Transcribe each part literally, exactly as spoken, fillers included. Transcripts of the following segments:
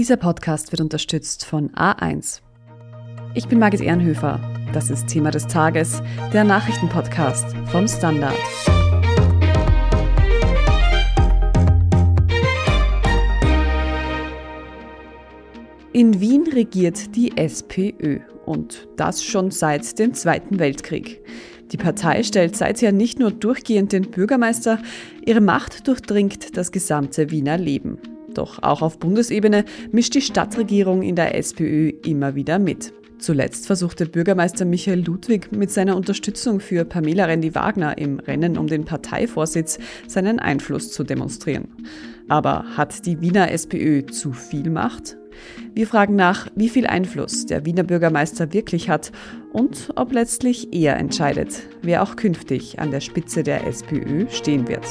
Dieser Podcast wird unterstützt von A eins. Ich bin Margit Ehrenhöfer. Das ist Thema des Tages, der Nachrichtenpodcast vom Standard. In Wien regiert die SPÖ und das schon seit dem Zweiten Weltkrieg. Die Partei stellt seither nicht nur durchgehend den Bürgermeister, ihre Macht durchdringt das gesamte Wiener Leben. Doch auch auf Bundesebene mischt die Stadtregierung in der SPÖ immer wieder mit. Zuletzt versuchte Bürgermeister Michael Ludwig mit seiner Unterstützung für Pamela Rendi-Wagner im Rennen um den Parteivorsitz seinen Einfluss zu demonstrieren. Aber hat die Wiener SPÖ zu viel Macht? Wir fragen nach, wie viel Einfluss der Wiener Bürgermeister wirklich hat und ob letztlich er entscheidet, wer auch künftig an der Spitze der SPÖ stehen wird.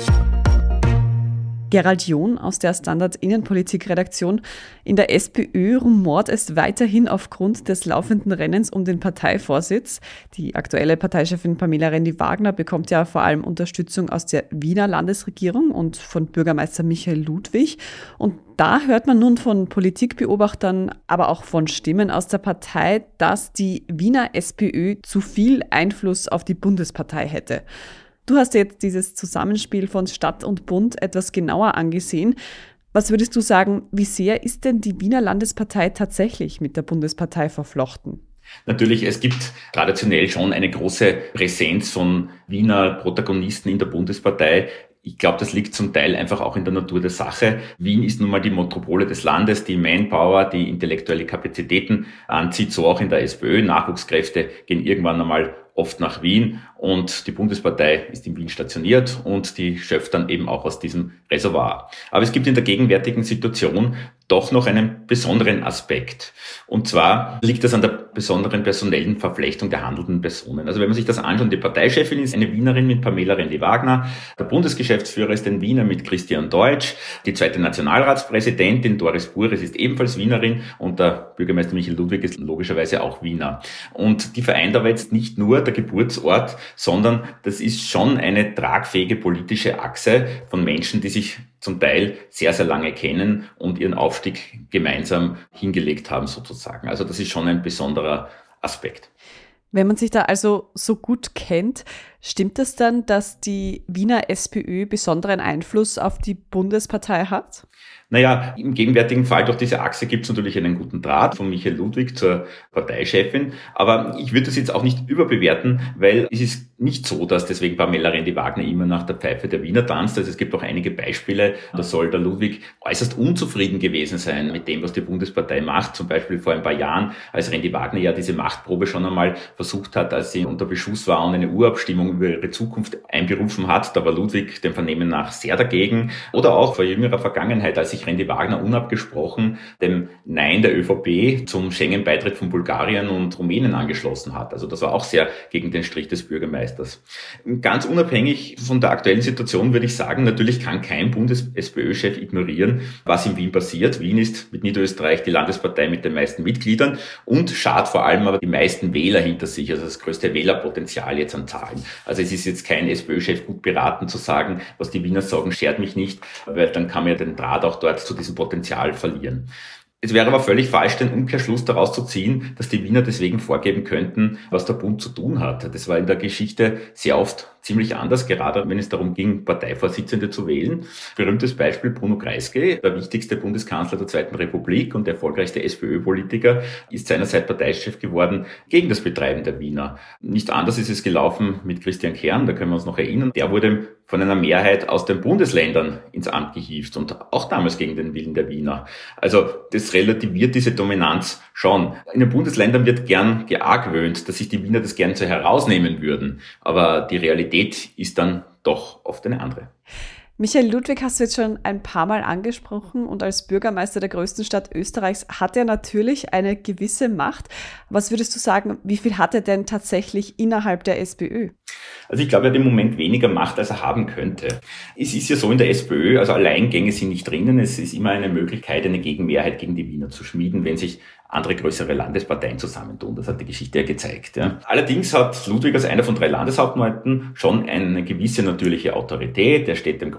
Gerald John aus der Standard-Innenpolitik-Redaktion. In der SPÖ rumort es weiterhin aufgrund des laufenden Rennens um den Parteivorsitz. Die aktuelle Parteichefin Pamela Rendi-Wagner bekommt ja vor allem Unterstützung aus der Wiener Landesregierung und von Bürgermeister Michael Ludwig. Und da hört man nun von Politikbeobachtern, aber auch von Stimmen aus der Partei, dass die Wiener SPÖ zu viel Einfluss auf die Bundespartei hätte. Du hast jetzt dieses Zusammenspiel von Stadt und Bund etwas genauer angesehen. Was würdest du sagen, wie sehr ist denn die Wiener Landespartei tatsächlich mit der Bundespartei verflochten? Natürlich, es gibt traditionell schon eine große Präsenz von Wiener Protagonisten in der Bundespartei. Ich glaube, das liegt zum Teil einfach auch in der Natur der Sache. Wien ist nun mal die Metropole des Landes, die Manpower, die intellektuelle Kapazitäten anzieht, so auch in der SPÖ. Nachwuchskräfte gehen irgendwann einmal oft nach Wien und die Bundespartei ist in Wien stationiert und die schöpft dann eben auch aus diesem Reservoir. Aber es gibt in der gegenwärtigen Situation doch noch einen besonderen Aspekt. Und zwar liegt das an der besonderen personellen Verflechtung der handelnden Personen. Also wenn man sich das anschaut, die Parteichefin ist eine Wienerin mit Pamela Rendi-Wagner, der Bundesgeschäftsführer ist ein Wiener mit Christian Deutsch, die zweite Nationalratspräsidentin Doris Bures ist ebenfalls Wienerin und der Bürgermeister Michael Ludwig ist logischerweise auch Wiener. Und die vereint aber jetzt nicht nur der Geburtsort, sondern das ist schon eine tragfähige politische Achse von Menschen, die sich zum Teil sehr, sehr lange kennen und ihren Aufstieg gemeinsam hingelegt haben sozusagen. Also das ist schon ein besonderer Aspekt. Wenn man sich da also so gut kennt, stimmt es dann, dass die Wiener SPÖ besonderen Einfluss auf die Bundespartei hat? Naja, im gegenwärtigen Fall durch diese Achse gibt es natürlich einen guten Draht von Michael Ludwig zur Parteichefin. Aber ich würde das jetzt auch nicht überbewerten, weil es ist nicht so, dass deswegen Pamela Rendi-Wagner immer nach der Pfeife der Wiener tanzt. Also es gibt auch einige Beispiele, da soll der Ludwig äußerst unzufrieden gewesen sein mit dem, was die Bundespartei macht. Zum Beispiel vor ein paar Jahren, als Rendi-Wagner ja diese Machtprobe schon einmal versucht hat, als sie unter Beschuss war und eine Urabstimmung über ihre Zukunft einberufen hat. Da war Ludwig dem Vernehmen nach sehr dagegen. Oder auch vor jüngerer Vergangenheit, als sich Rendi-Wagner unabgesprochen dem Nein der ÖVP zum Schengen-Beitritt von Bulgarien und Rumänien angeschlossen hat. Also das war auch sehr gegen den Strich des Bürgermeisters. Ganz unabhängig von der aktuellen Situation würde ich sagen, natürlich kann kein Bundes-SPÖ-Chef ignorieren, was in Wien passiert. Wien ist mit Niederösterreich die Landespartei mit den meisten Mitgliedern und schart vor allem aber die meisten Wähler hinter sich, also das größte Wählerpotenzial jetzt an Zahlen. Also es ist jetzt kein SPÖ-Chef gut beraten zu sagen, was die Wiener sagen, schert mich nicht, weil dann kann man ja den Draht auch dort zu diesem Potenzial verlieren. Es wäre aber völlig falsch, den Umkehrschluss daraus zu ziehen, dass die Wiener deswegen vorgeben könnten, was der Bund zu tun hat. Das war in der Geschichte sehr oft ziemlich anders, gerade wenn es darum ging, Parteivorsitzende zu wählen. Berühmtes Beispiel Bruno Kreisky, der wichtigste Bundeskanzler der Zweiten Republik und der erfolgreichste SPÖ-Politiker, ist seinerzeit Parteichef geworden gegen das Betreiben der Wiener. Nicht anders ist es gelaufen mit Christian Kern, da können wir uns noch erinnern. Der wurde von einer Mehrheit aus den Bundesländern ins Amt gehievt und auch damals gegen den Willen der Wiener. Also das relativiert diese Dominanz schon. In den Bundesländern wird gern geargwöhnt, dass sich die Wiener das gern so herausnehmen würden. Aber die Realität ist dann doch oft eine andere. Michael Ludwig hast du jetzt schon ein paar Mal angesprochen und als Bürgermeister der größten Stadt Österreichs hat er natürlich eine gewisse Macht. Was würdest du sagen, wie viel hat er denn tatsächlich innerhalb der SPÖ? Also ich glaube, er hat im Moment weniger Macht, als er haben könnte. Es ist ja so in der SPÖ, also Alleingänge sind nicht drinnen. Es ist immer eine Möglichkeit, eine Gegenmehrheit gegen die Wiener zu schmieden, wenn sich andere größere Landesparteien zusammentun. Das hat die Geschichte ja gezeigt. Ja. Allerdings hat Ludwig als einer von drei Landeshauptleuten schon eine gewisse natürliche Autorität. Er steht dem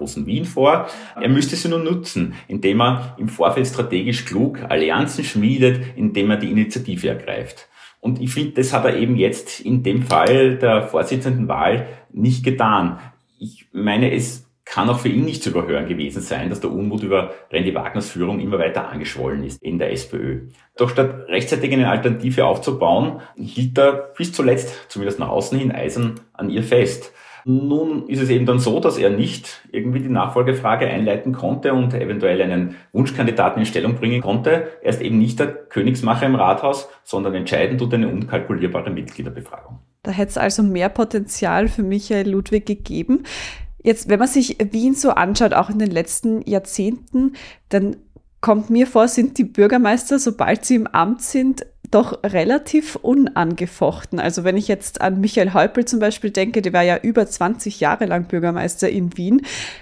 großen Wien vor. Er müsste sie nur nutzen, indem er im Vorfeld strategisch klug Allianzen schmiedet, indem er die Initiative ergreift. Und ich finde, das hat er eben jetzt in dem Fall der Vorsitzendenwahl nicht getan. Ich meine, es kann auch für ihn nicht zu überhören gewesen sein, dass der Unmut über Randy Wagners Führung immer weiter angeschwollen ist in der SPÖ. Doch statt rechtzeitig eine Alternative aufzubauen, hielt er bis zuletzt, zumindest nach außen hin, eisern an ihr fest. Nun ist es eben dann so, dass er nicht irgendwie die Nachfolgefrage einleiten konnte und eventuell einen Wunschkandidaten in Stellung bringen konnte. Er ist eben nicht der Königsmacher im Rathaus, sondern entscheidend tut eine unkalkulierbare Mitgliederbefragung. Da hätte es also mehr Potenzial für Michael Ludwig gegeben. Jetzt, wenn man sich Wien so anschaut, auch in den letzten Jahrzehnten, dann kommt mir vor, sind die Bürgermeister, sobald sie im Amt sind, doch relativ unangefochten. Also wenn ich jetzt an Michael Häupl zum Beispiel denke, der war ja über zwanzig Jahre lang Bürgermeister in Wien.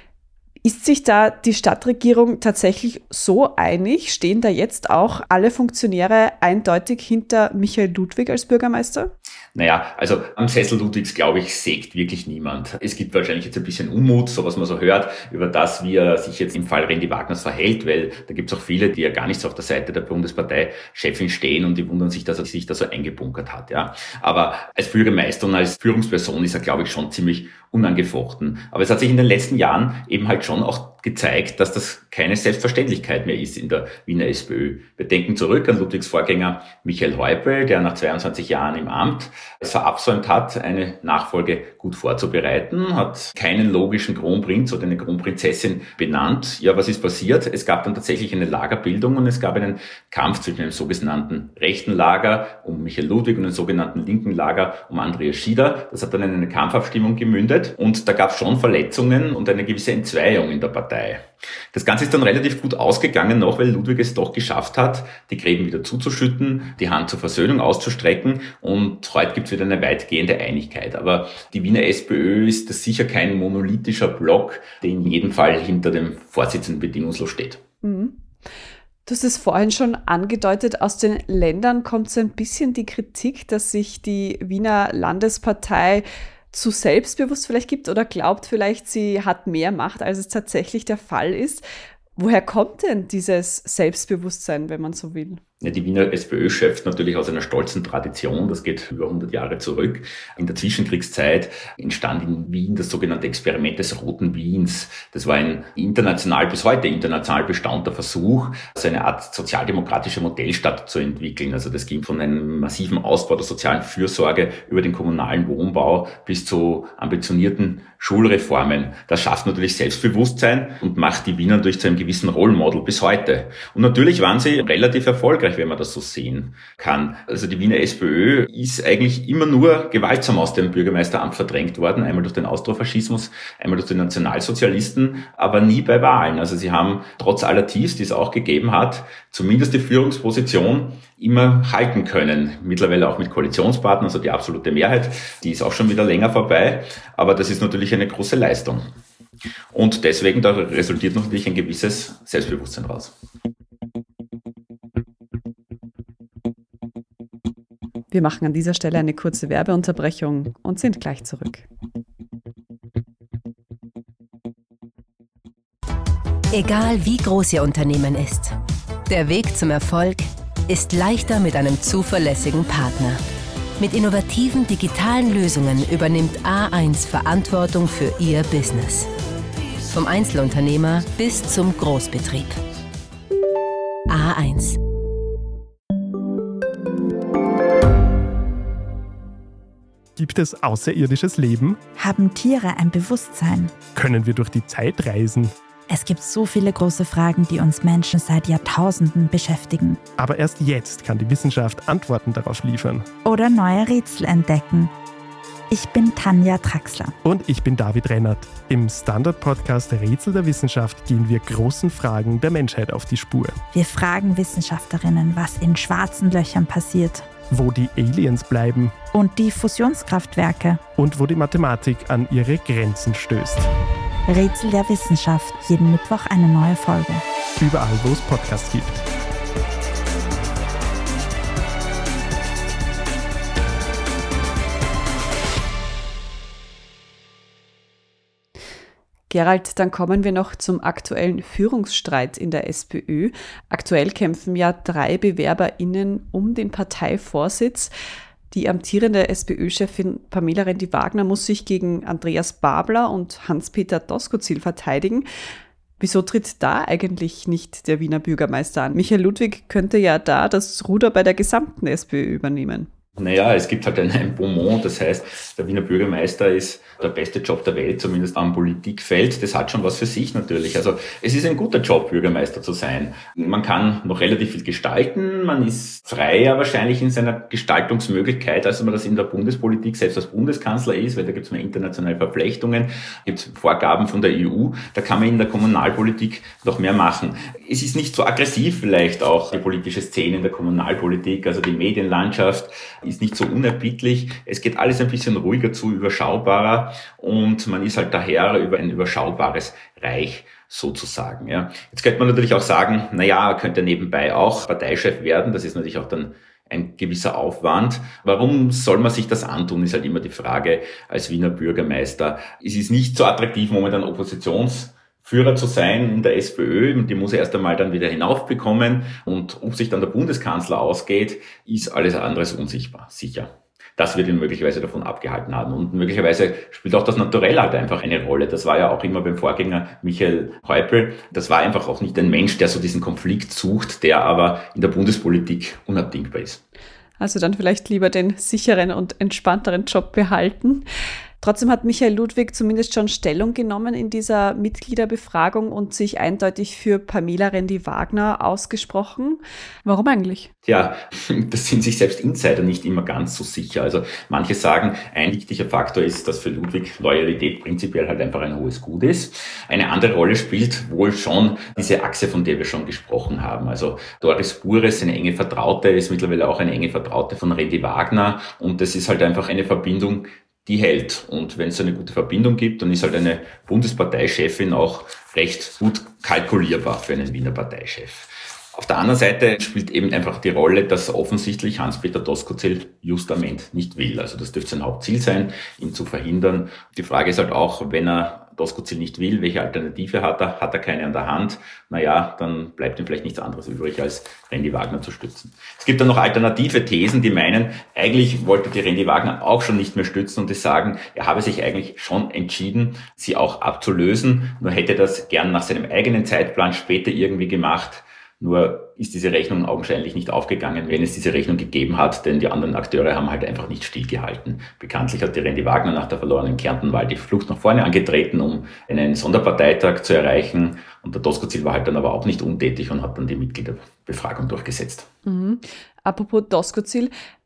Ist sich da die Stadtregierung tatsächlich so einig? Stehen da jetzt auch alle Funktionäre eindeutig hinter Michael Ludwig als Bürgermeister? Naja, also am Sessel Ludwigs, glaube ich, sägt wirklich niemand. Es gibt wahrscheinlich jetzt ein bisschen Unmut, so was man so hört, über das, wie er sich jetzt im Fall Randy Wagners verhält, weil da gibt es auch viele, die ja gar nicht so auf der Seite der Bundesparteichefin stehen und die wundern sich, dass er sich da so eingebunkert hat. Ja. Aber als Bürgermeister und als Führungsperson ist er, glaube ich, schon ziemlich unangefochten. Aber es hat sich in den letzten Jahren eben halt schon auch gezeigt, dass das keine Selbstverständlichkeit mehr ist in der Wiener SPÖ. Wir denken zurück an Ludwigs Vorgänger Michael Häupl, der nach zweiundzwanzig Jahren im Amt es verabsäumt hat, eine Nachfolge gut vorzubereiten, hat keinen logischen Kronprinz oder eine Kronprinzessin benannt. Ja, was ist passiert? Es gab dann tatsächlich eine Lagerbildung und es gab einen Kampf zwischen einem sogenannten rechten Lager um Michael Ludwig und einem sogenannten linken Lager um Andreas Schieder. Das hat dann in eine Kampfabstimmung gemündet und da gab es schon Verletzungen und eine gewisse Entzweiung in der Partei. Das Ganze ist dann relativ gut ausgegangen noch, weil Ludwig es doch geschafft hat, die Gräben wieder zuzuschütten, die Hand zur Versöhnung auszustrecken und heute gibt es wieder eine weitgehende Einigkeit. Aber die Wiener SPÖ ist das sicher kein monolithischer Block, der in jedem Fall hinter dem Vorsitzenden bedingungslos steht. Mhm. Du hast es vorhin schon angedeutet, aus den Ländern kommt so ein bisschen die Kritik, dass sich die Wiener Landespartei zu selbstbewusst vielleicht gibt oder glaubt vielleicht, sie hat mehr Macht, als es tatsächlich der Fall ist. Woher kommt denn dieses Selbstbewusstsein, wenn man so will? Ja, die Wiener SPÖ schöpft natürlich aus einer stolzen Tradition, das geht über hundert Jahre zurück. In der Zwischenkriegszeit entstand in Wien das sogenannte Experiment des Roten Wiens. Das war ein international, bis heute international bestaunder Versuch, so eine Art sozialdemokratische Modellstadt zu entwickeln. Also das ging von einem massiven Ausbau der sozialen Fürsorge über den kommunalen Wohnbau bis zu ambitionierten Schulreformen. Das schafft natürlich Selbstbewusstsein und macht die Wiener durch zu einem gewissen Rollmodel bis heute. Und natürlich waren sie relativ erfolgreich, wenn man das so sehen kann. Also die Wiener SPÖ ist eigentlich immer nur gewaltsam aus dem Bürgermeisteramt verdrängt worden, einmal durch den Austrofaschismus, einmal durch die Nationalsozialisten, aber nie bei Wahlen. Also sie haben trotz aller Tiefs, die es auch gegeben hat, zumindest die Führungsposition immer halten können. Mittlerweile auch mit Koalitionspartnern, also die absolute Mehrheit, die ist auch schon wieder länger vorbei, aber das ist natürlich eine große Leistung. Und deswegen, da resultiert natürlich ein gewisses Selbstbewusstsein raus. Wir machen an dieser Stelle eine kurze Werbeunterbrechung und sind gleich zurück. Egal wie groß Ihr Unternehmen ist, der Weg zum Erfolg ist leichter mit einem zuverlässigen Partner. Mit innovativen digitalen Lösungen übernimmt A eins Verantwortung für Ihr Business. Vom Einzelunternehmer bis zum Großbetrieb. A eins. Gibt es außerirdisches Leben? Haben Tiere ein Bewusstsein? Können wir durch die Zeit reisen? Es gibt so viele große Fragen, die uns Menschen seit Jahrtausenden beschäftigen. Aber erst jetzt kann die Wissenschaft Antworten darauf liefern. Oder neue Rätsel entdecken. Ich bin Tanja Traxler. Und ich bin David Rennert. Im Standard-Podcast Rätsel der Wissenschaft gehen wir großen Fragen der Menschheit auf die Spur. Wir fragen Wissenschaftlerinnen, was in schwarzen Löchern passiert. Wo die Aliens bleiben. Und die Fusionskraftwerke. Und wo die Mathematik an ihre Grenzen stößt. Rätsel der Wissenschaft. Jeden Mittwoch eine neue Folge. Überall, wo es Podcasts gibt. Gerald, dann kommen wir noch zum aktuellen Führungsstreit in der SPÖ. Aktuell kämpfen ja drei BewerberInnen um den Parteivorsitz. Die amtierende SPÖ-Chefin Pamela Rendi-Wagner muss sich gegen Andreas Babler und Hans-Peter Doskozil verteidigen. Wieso tritt da eigentlich nicht der Wiener Bürgermeister an? Michael Ludwig könnte ja da das Ruder bei der gesamten SPÖ übernehmen. Naja, es gibt halt ein, ein Bonmot, das heißt, der Wiener Bürgermeister ist der beste Job der Welt, zumindest am Politikfeld. Das hat schon was für sich natürlich. Also es ist ein guter Job, Bürgermeister zu sein. Man kann noch relativ viel gestalten, man ist freier wahrscheinlich in seiner Gestaltungsmöglichkeit, als man das in der Bundespolitik selbst als Bundeskanzler ist, weil da gibt es mehr internationale Verflechtungen, gibt es Vorgaben von der E U, da kann man in der Kommunalpolitik noch mehr machen. Es ist nicht so aggressiv vielleicht auch die politische Szene in der Kommunalpolitik, also die Medienlandschaft ist nicht so unerbittlich. Es geht alles ein bisschen ruhiger zu, überschaubarer und man ist halt daher über ein überschaubares Reich sozusagen. Ja. Jetzt könnte man natürlich auch sagen, naja, er könnte nebenbei auch Parteichef werden. Das ist natürlich auch dann ein gewisser Aufwand. Warum soll man sich das antun, ist halt immer die Frage als Wiener Bürgermeister. Es ist nicht so attraktiv, momentan Oppositions Führer zu sein in der SPÖ, die muss er erst einmal dann wieder hinaufbekommen und ob sich dann der Bundeskanzler ausgeht, ist alles andere als unsichtbar, sicher. Das wird ihn möglicherweise davon abgehalten haben und möglicherweise spielt auch das Naturell halt einfach eine Rolle. Das war ja auch immer beim Vorgänger Michael Häupl. Das war einfach auch nicht ein Mensch, der so diesen Konflikt sucht, der aber in der Bundespolitik unabdingbar ist. Also dann vielleicht lieber den sicheren und entspannteren Job behalten. Trotzdem hat Michael Ludwig zumindest schon Stellung genommen in dieser Mitgliederbefragung und sich eindeutig für Pamela Rendi-Wagner ausgesprochen. Warum eigentlich? Tja, das sind sich selbst Insider nicht immer ganz so sicher. Also manche sagen, ein wichtiger Faktor ist, dass für Ludwig Loyalität prinzipiell halt einfach ein hohes Gut ist. Eine andere Rolle spielt wohl schon diese Achse, von der wir schon gesprochen haben. Also Doris Bures, eine enge Vertraute, ist mittlerweile auch eine enge Vertraute von Rendi-Wagner und das ist halt einfach eine Verbindung, die hält. Und wenn es eine gute Verbindung gibt, dann ist halt eine Bundesparteichefin auch recht gut kalkulierbar für einen Wiener Parteichef. Auf der anderen Seite spielt eben einfach die Rolle, dass offensichtlich Hans-Peter Doskozil justament nicht will. Also das dürfte sein Hauptziel sein, ihn zu verhindern. Die Frage ist halt auch, wenn er Doskozil nicht will, welche Alternative hat er? Hat er keine an der Hand? Naja, dann bleibt ihm vielleicht nichts anderes übrig, als Rendi-Wagner zu stützen. Es gibt dann noch alternative Thesen, die meinen, eigentlich wollte die Rendi-Wagner auch schon nicht mehr stützen und die sagen, er habe sich eigentlich schon entschieden, sie auch abzulösen, nur hätte das gern nach seinem eigenen Zeitplan später irgendwie gemacht. Nur ist diese Rechnung augenscheinlich nicht aufgegangen, wenn es diese Rechnung gegeben hat, denn die anderen Akteure haben halt einfach nicht stillgehalten. Bekanntlich hat die Rendi-Wagner nach der verlorenen Kärntenwahl die Flucht nach vorne angetreten, um einen Sonderparteitag zu erreichen. Und der Doskozil war halt dann aber auch nicht untätig und hat dann die Mitgliederbefragung durchgesetzt. Mhm. Apropos Doskozil,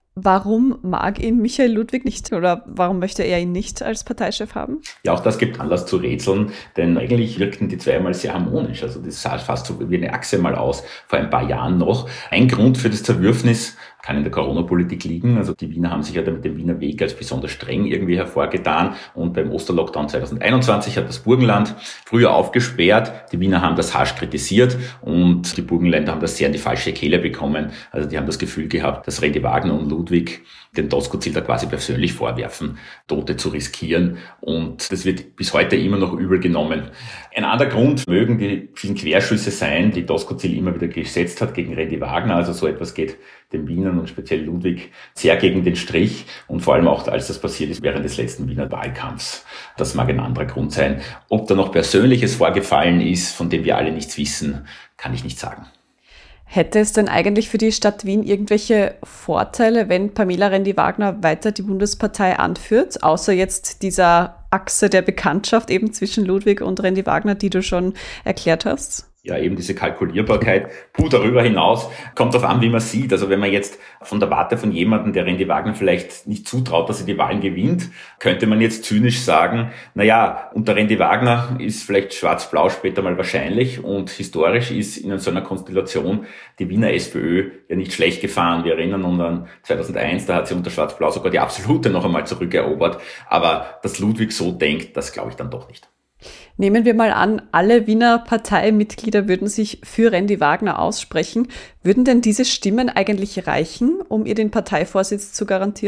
warum mag ihn Michael Ludwig nicht oder warum möchte er ihn nicht als Parteichef haben? Ja, auch das gibt Anlass zu rätseln, denn eigentlich wirkten die zwei mal sehr harmonisch. Also das sah fast so wie eine Achse mal aus, vor ein paar Jahren noch. Ein Grund für das Zerwürfnis kann in der Corona-Politik liegen. Also die Wiener haben sich ja da mit dem Wiener Weg als besonders streng irgendwie hervorgetan. Und beim Osterlockdown zwanzig einundzwanzig hat das Burgenland früher aufgesperrt. Die Wiener haben das harsch kritisiert und die Burgenländer haben das sehr in die falsche Kehle bekommen. Also die haben das Gefühl gehabt, dass Rendi-Wagner und Ludwig den Doskozil da quasi persönlich vorwerfen, Tote zu riskieren. Und das wird bis heute immer noch übel genommen. Ein anderer Grund mögen die vielen Querschüsse sein, die Doskozil immer wieder gesetzt hat gegen Rendi-Wagner. Also so etwas geht den Wienern und speziell Ludwig sehr gegen den Strich. Und vor allem auch, als das passiert ist während des letzten Wiener Wahlkampfs. Das mag ein anderer Grund sein. Ob da noch Persönliches vorgefallen ist, von dem wir alle nichts wissen, kann ich nicht sagen. Hätte es denn eigentlich für die Stadt Wien irgendwelche Vorteile, wenn Pamela Rendi-Wagner weiter die Bundespartei anführt, außer jetzt dieser Achse der Bekanntschaft eben zwischen Ludwig und Rendi-Wagner, die du schon erklärt hast? Ja, eben diese Kalkulierbarkeit. Puh, darüber hinaus kommt darauf an, wie man sieht. Also wenn man jetzt von der Warte von jemandem, der Rendi-Wagner vielleicht nicht zutraut, dass er die Wahlen gewinnt, könnte man jetzt zynisch sagen, na ja, unter Rendi-Wagner ist vielleicht Schwarz-Blau später mal wahrscheinlich und historisch ist in so einer Konstellation die Wiener SPÖ ja nicht schlecht gefahren. Wir erinnern uns an zweitausendeins, da hat sie unter Schwarz-Blau sogar die absolute noch einmal zurückerobert. Aber dass Ludwig so denkt, das glaube ich dann doch nicht. Nehmen wir mal an, alle Wiener Parteimitglieder würden sich für Rendi-Wagner aussprechen. Würden denn diese Stimmen eigentlich reichen, um ihr den Parteivorsitz zu garantieren?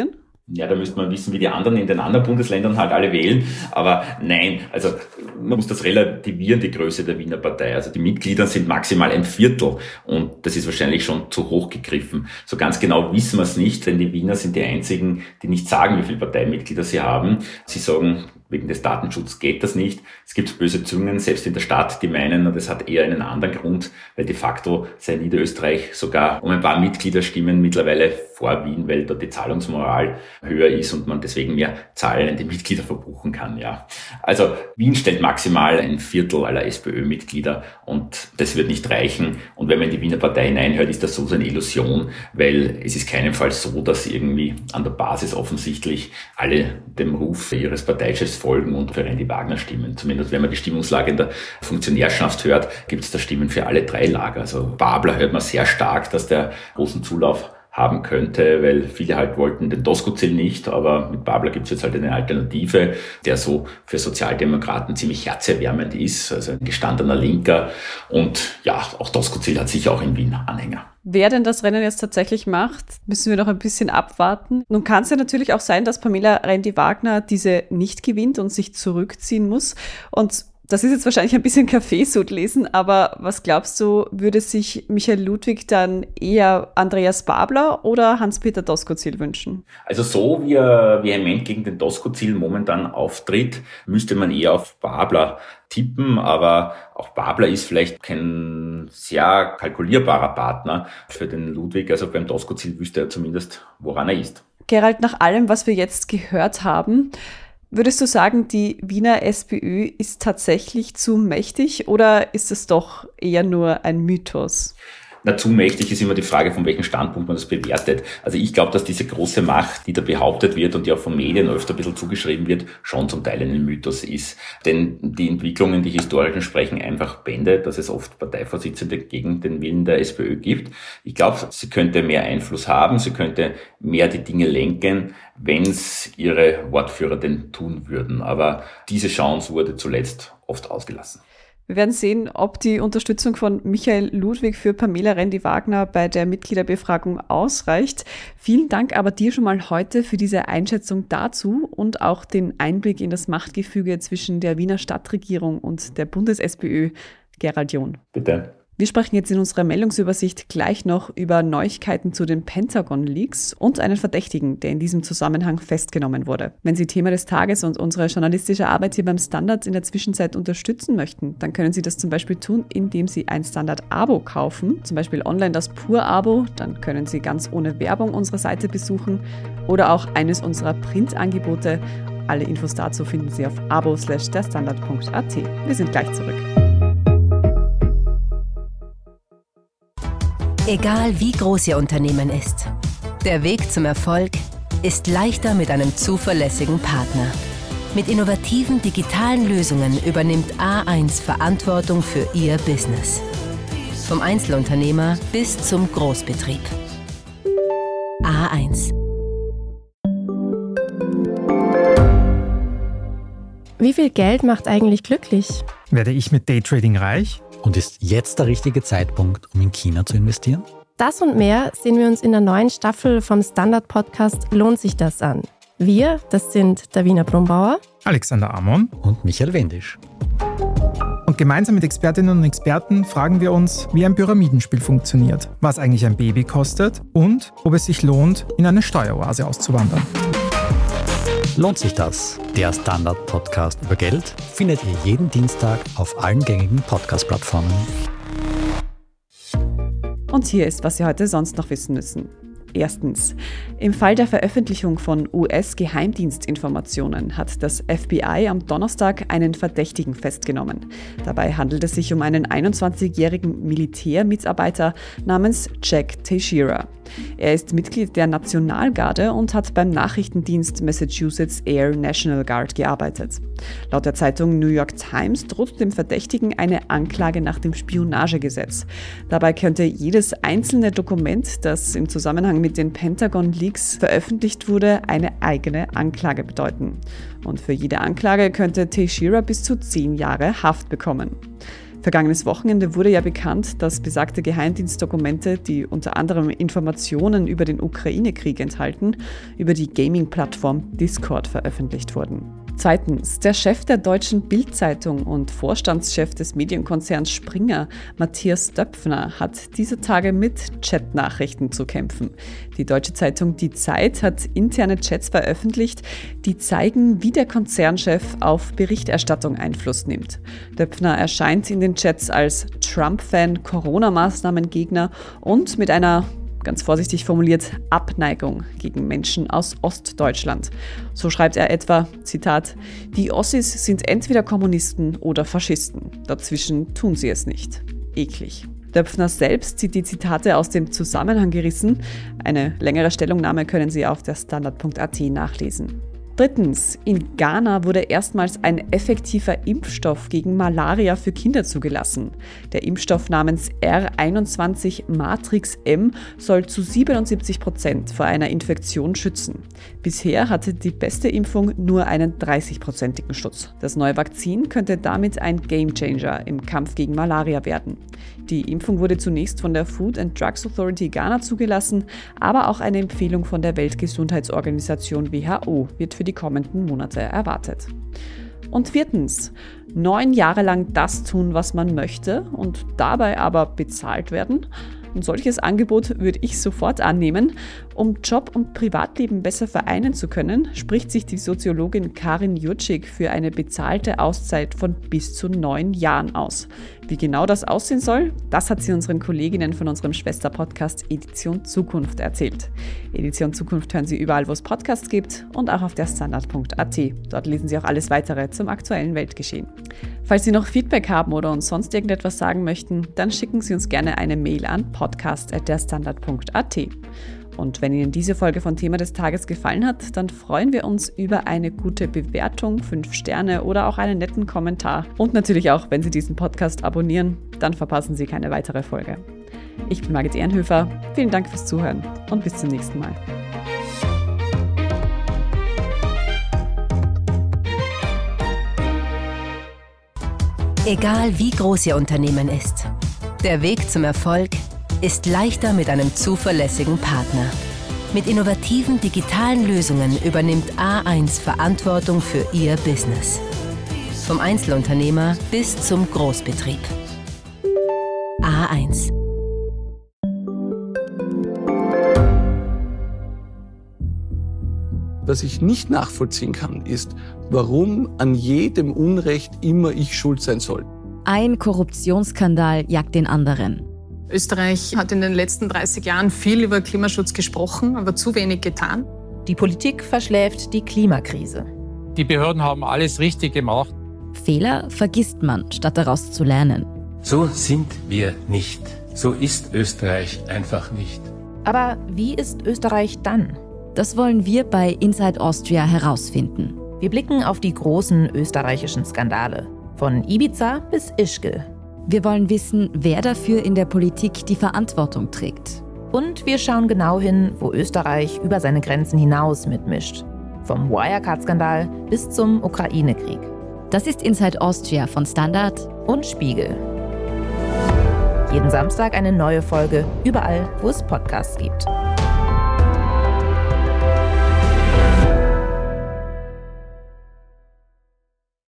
Ja, da müsste man wissen, wie die anderen in den anderen Bundesländern halt alle wählen. Aber nein, also man muss das relativieren, die Größe der Wiener Partei. Also die Mitglieder sind maximal ein Viertel und das ist wahrscheinlich schon zu hoch gegriffen. So ganz genau wissen wir es nicht, denn die Wiener sind die einzigen, die nicht sagen, wie viele Parteimitglieder sie haben. Sie sagen, wegen des Datenschutzes geht das nicht. Es gibt böse Zungen, selbst in der Stadt, die meinen, und das hat eher einen anderen Grund, weil de facto sei Niederösterreich sogar um ein paar Mitgliederstimmen mittlerweile vor Wien, weil da die Zahlungsmoral höher ist und man deswegen mehr zahlende Mitglieder verbuchen kann. Ja, also Wien stellt maximal ein Viertel aller SPÖ-Mitglieder und das wird nicht reichen. Und wenn man in die Wiener Partei hineinhört, ist das so eine Illusion, weil es ist keinenfalls so, dass irgendwie an der Basis offensichtlich alle dem Ruf ihres Parteichefs folgen und für Randy Wagner stimmen. Zumindest wenn man die Stimmungslage in der Funktionärschaft hört, gibt es da Stimmen für alle drei Lager. Also Babler hört man sehr stark, dass der großen Zulauf haben könnte, weil viele halt wollten den Doskozil nicht, aber mit Babler gibt es jetzt halt eine Alternative, der so für Sozialdemokraten ziemlich herzerwärmend ist, also ein gestandener Linker und ja, auch Doskozil hat sicher auch in Wien Anhänger. Wer denn das Rennen jetzt tatsächlich macht, müssen wir noch ein bisschen abwarten. Nun kann es ja natürlich auch sein, dass Pamela Rendi-Wagner diese nicht gewinnt und sich zurückziehen muss. Und das ist jetzt wahrscheinlich ein bisschen Kaffeesud lesen, aber was glaubst du, würde sich Michael Ludwig dann eher Andreas Babler oder Hans-Peter Doskozil wünschen? Also so wie er vehement gegen den Doskozil momentan auftritt, müsste man eher auf Babler tippen, aber auch Babler ist vielleicht kein sehr kalkulierbarer Partner für den Ludwig. Also beim Doskozil wüsste er zumindest, woran er ist. Gerald, nach allem, was wir jetzt gehört haben, würdest du sagen, die Wiener SPÖ ist tatsächlich zu mächtig oder ist es doch eher nur ein Mythos? Na, zu mächtig ist immer die Frage, von welchem Standpunkt man das bewertet. Also ich glaube, dass diese große Macht, die da behauptet wird und die auch von Medien öfter ein bisschen zugeschrieben wird, schon zum Teil ein Mythos ist. Denn die Entwicklungen, die historischen, sprechen einfach Bände, dass es oft Parteivorsitzende gegen den Willen der SPÖ gibt. Ich glaube, sie könnte mehr Einfluss haben, sie könnte mehr die Dinge lenken, wenn es ihre Wortführer denn tun würden. Aber diese Chance wurde zuletzt oft ausgelassen. Wir werden sehen, ob die Unterstützung von Michael Ludwig für Pamela Rendi-Wagner bei der Mitgliederbefragung ausreicht. Vielen Dank aber dir schon mal heute für diese Einschätzung dazu und auch den Einblick in das Machtgefüge zwischen der Wiener Stadtregierung und der Bundes-SPÖ. Gerald John. Bitte. Wir sprechen jetzt in unserer Meldungsübersicht gleich noch über Neuigkeiten zu den Pentagon-Leaks und einen Verdächtigen, der in diesem Zusammenhang festgenommen wurde. Wenn Sie Thema des Tages und unsere journalistische Arbeit hier beim Standard in der Zwischenzeit unterstützen möchten, dann können Sie das zum Beispiel tun, indem Sie ein Standard-Abo kaufen, zum Beispiel online das Pur-Abo, dann können Sie ganz ohne Werbung unsere Seite besuchen oder auch eines unserer Printangebote. Alle Infos dazu finden Sie auf abo slash derstandard punkt at. Wir sind gleich zurück. Egal wie groß Ihr Unternehmen ist, der Weg zum Erfolg ist leichter mit einem zuverlässigen Partner. Mit innovativen digitalen Lösungen übernimmt A eins Verantwortung für Ihr Business. Vom Einzelunternehmer bis zum Großbetrieb. A eins. Wie viel Geld macht eigentlich glücklich? Werde ich mit Daytrading reich? Und ist jetzt der richtige Zeitpunkt, um in China zu investieren? Das und mehr sehen wir uns in der neuen Staffel vom Standard-Podcast Lohnt sich das an. Wir, das sind Davina Brumbauer, Alexander Amon und Michael Wendisch. Und gemeinsam mit Expertinnen und Experten fragen wir uns, wie ein Pyramidenspiel funktioniert, was eigentlich ein Baby kostet und ob es sich lohnt, in eine Steueroase auszuwandern. Lohnt sich das? Der Standard-Podcast über Geld findet ihr jeden Dienstag auf allen gängigen Podcast-Plattformen. Und hier ist, was Sie heute sonst noch wissen müssen. Erstens. Im Fall der Veröffentlichung von U S-Geheimdienstinformationen hat das F B I am Donnerstag einen Verdächtigen festgenommen. Dabei handelt es sich um einen einundzwanzigjährigen Militärmitarbeiter namens Jack Teixeira. Er ist Mitglied der Nationalgarde und hat beim Nachrichtendienst Massachusetts Air National Guard gearbeitet. Laut der Zeitung New York Times droht dem Verdächtigen eine Anklage nach dem Spionagegesetz. Dabei könnte jedes einzelne Dokument, das im Zusammenhang mit den Pentagon-Leaks veröffentlicht wurde, eine eigene Anklage bedeuten. Und für jede Anklage könnte Teixeira bis zu zehn Jahre Haft bekommen. Vergangenes Wochenende wurde ja bekannt, dass besagte Geheimdienstdokumente, die unter anderem Informationen über den Ukraine-Krieg enthalten, über die Gaming-Plattform Discord veröffentlicht wurden. Zweitens, der Chef der deutschen Bild-Zeitung und Vorstandschef des Medienkonzerns Springer, Matthias Döpfner, hat diese Tage mit Chatnachrichten zu kämpfen. Die deutsche Zeitung Die Zeit hat interne Chats veröffentlicht, die zeigen, wie der Konzernchef auf Berichterstattung Einfluss nimmt. Döpfner erscheint in den Chats als Trump-Fan, Corona-Maßnahmengegner und mit einer, ganz vorsichtig formuliert, Abneigung gegen Menschen aus Ostdeutschland. So schreibt er etwa, Zitat, die Ossis sind entweder Kommunisten oder Faschisten. Dazwischen tun sie es nicht. Eklig. Döpfner selbst zieht die Zitate aus dem Zusammenhang gerissen. Eine längere Stellungnahme können Sie auf der Standard punkt a t nachlesen. Drittens, in Ghana wurde erstmals ein effektiver Impfstoff gegen Malaria für Kinder zugelassen. Der Impfstoff namens R einundzwanzig Matrix M soll zu siebenundsiebzig Prozent vor einer Infektion schützen. Bisher hatte die beste Impfung nur einen dreißig-prozentigen Schutz. Das neue Vakzin könnte damit ein Gamechanger im Kampf gegen Malaria werden. Die Impfung wurde zunächst von der Food and Drugs Authority Ghana zugelassen, aber auch eine Empfehlung von der Weltgesundheitsorganisation W H O wird für die kommenden Monate erwartet. Und viertens, neun Jahre lang das tun, was man möchte und dabei aber bezahlt werden. Ein solches Angebot würde ich sofort annehmen. Um Job und Privatleben besser vereinen zu können, spricht sich die Soziologin Karin Jurczyk für eine bezahlte Auszeit von bis zu neun Jahren aus. Wie genau das aussehen soll, das hat sie unseren Kolleginnen von unserem Schwester-Podcast Edition Zukunft erzählt. Edition Zukunft hören Sie überall, wo es Podcasts gibt und auch auf der Standard punkt a t. Dort lesen Sie auch alles weitere zum aktuellen Weltgeschehen. Falls Sie noch Feedback haben oder uns sonst irgendetwas sagen möchten, dann schicken Sie uns gerne eine Mail an podcast at der standard punkt a t. Und wenn Ihnen diese Folge von Thema des Tages gefallen hat, dann freuen wir uns über eine gute Bewertung, fünf Sterne oder auch einen netten Kommentar. Und natürlich auch, wenn Sie diesen Podcast abonnieren, dann verpassen Sie keine weitere Folge. Ich bin Margit Ehrenhöfer, vielen Dank fürs Zuhören und bis zum nächsten Mal. Egal wie groß Ihr Unternehmen ist, der Weg zum Erfolg ist leichter mit einem zuverlässigen Partner. Mit innovativen digitalen Lösungen übernimmt A eins Verantwortung für Ihr Business. Vom Einzelunternehmer bis zum Großbetrieb. A eins. Was ich nicht nachvollziehen kann, ist, warum an jedem Unrecht immer ich schuld sein soll. Ein Korruptionsskandal jagt den anderen. Österreich hat in den letzten dreißig Jahren viel über Klimaschutz gesprochen, aber zu wenig getan. Die Politik verschläft die Klimakrise. Die Behörden haben alles richtig gemacht. Fehler vergisst man, statt daraus zu lernen. So sind wir nicht. So ist Österreich einfach nicht. Aber wie ist Österreich dann? Das wollen wir bei Inside Austria herausfinden. Wir blicken auf die großen österreichischen Skandale. Von Ibiza bis Ischgl. Wir wollen wissen, wer dafür in der Politik die Verantwortung trägt. Und wir schauen genau hin, wo Österreich über seine Grenzen hinaus mitmischt. Vom Wirecard-Skandal bis zum Ukraine-Krieg. Das ist Inside Austria von Standard und Spiegel. Jeden Samstag eine neue Folge, überall, wo es Podcasts gibt.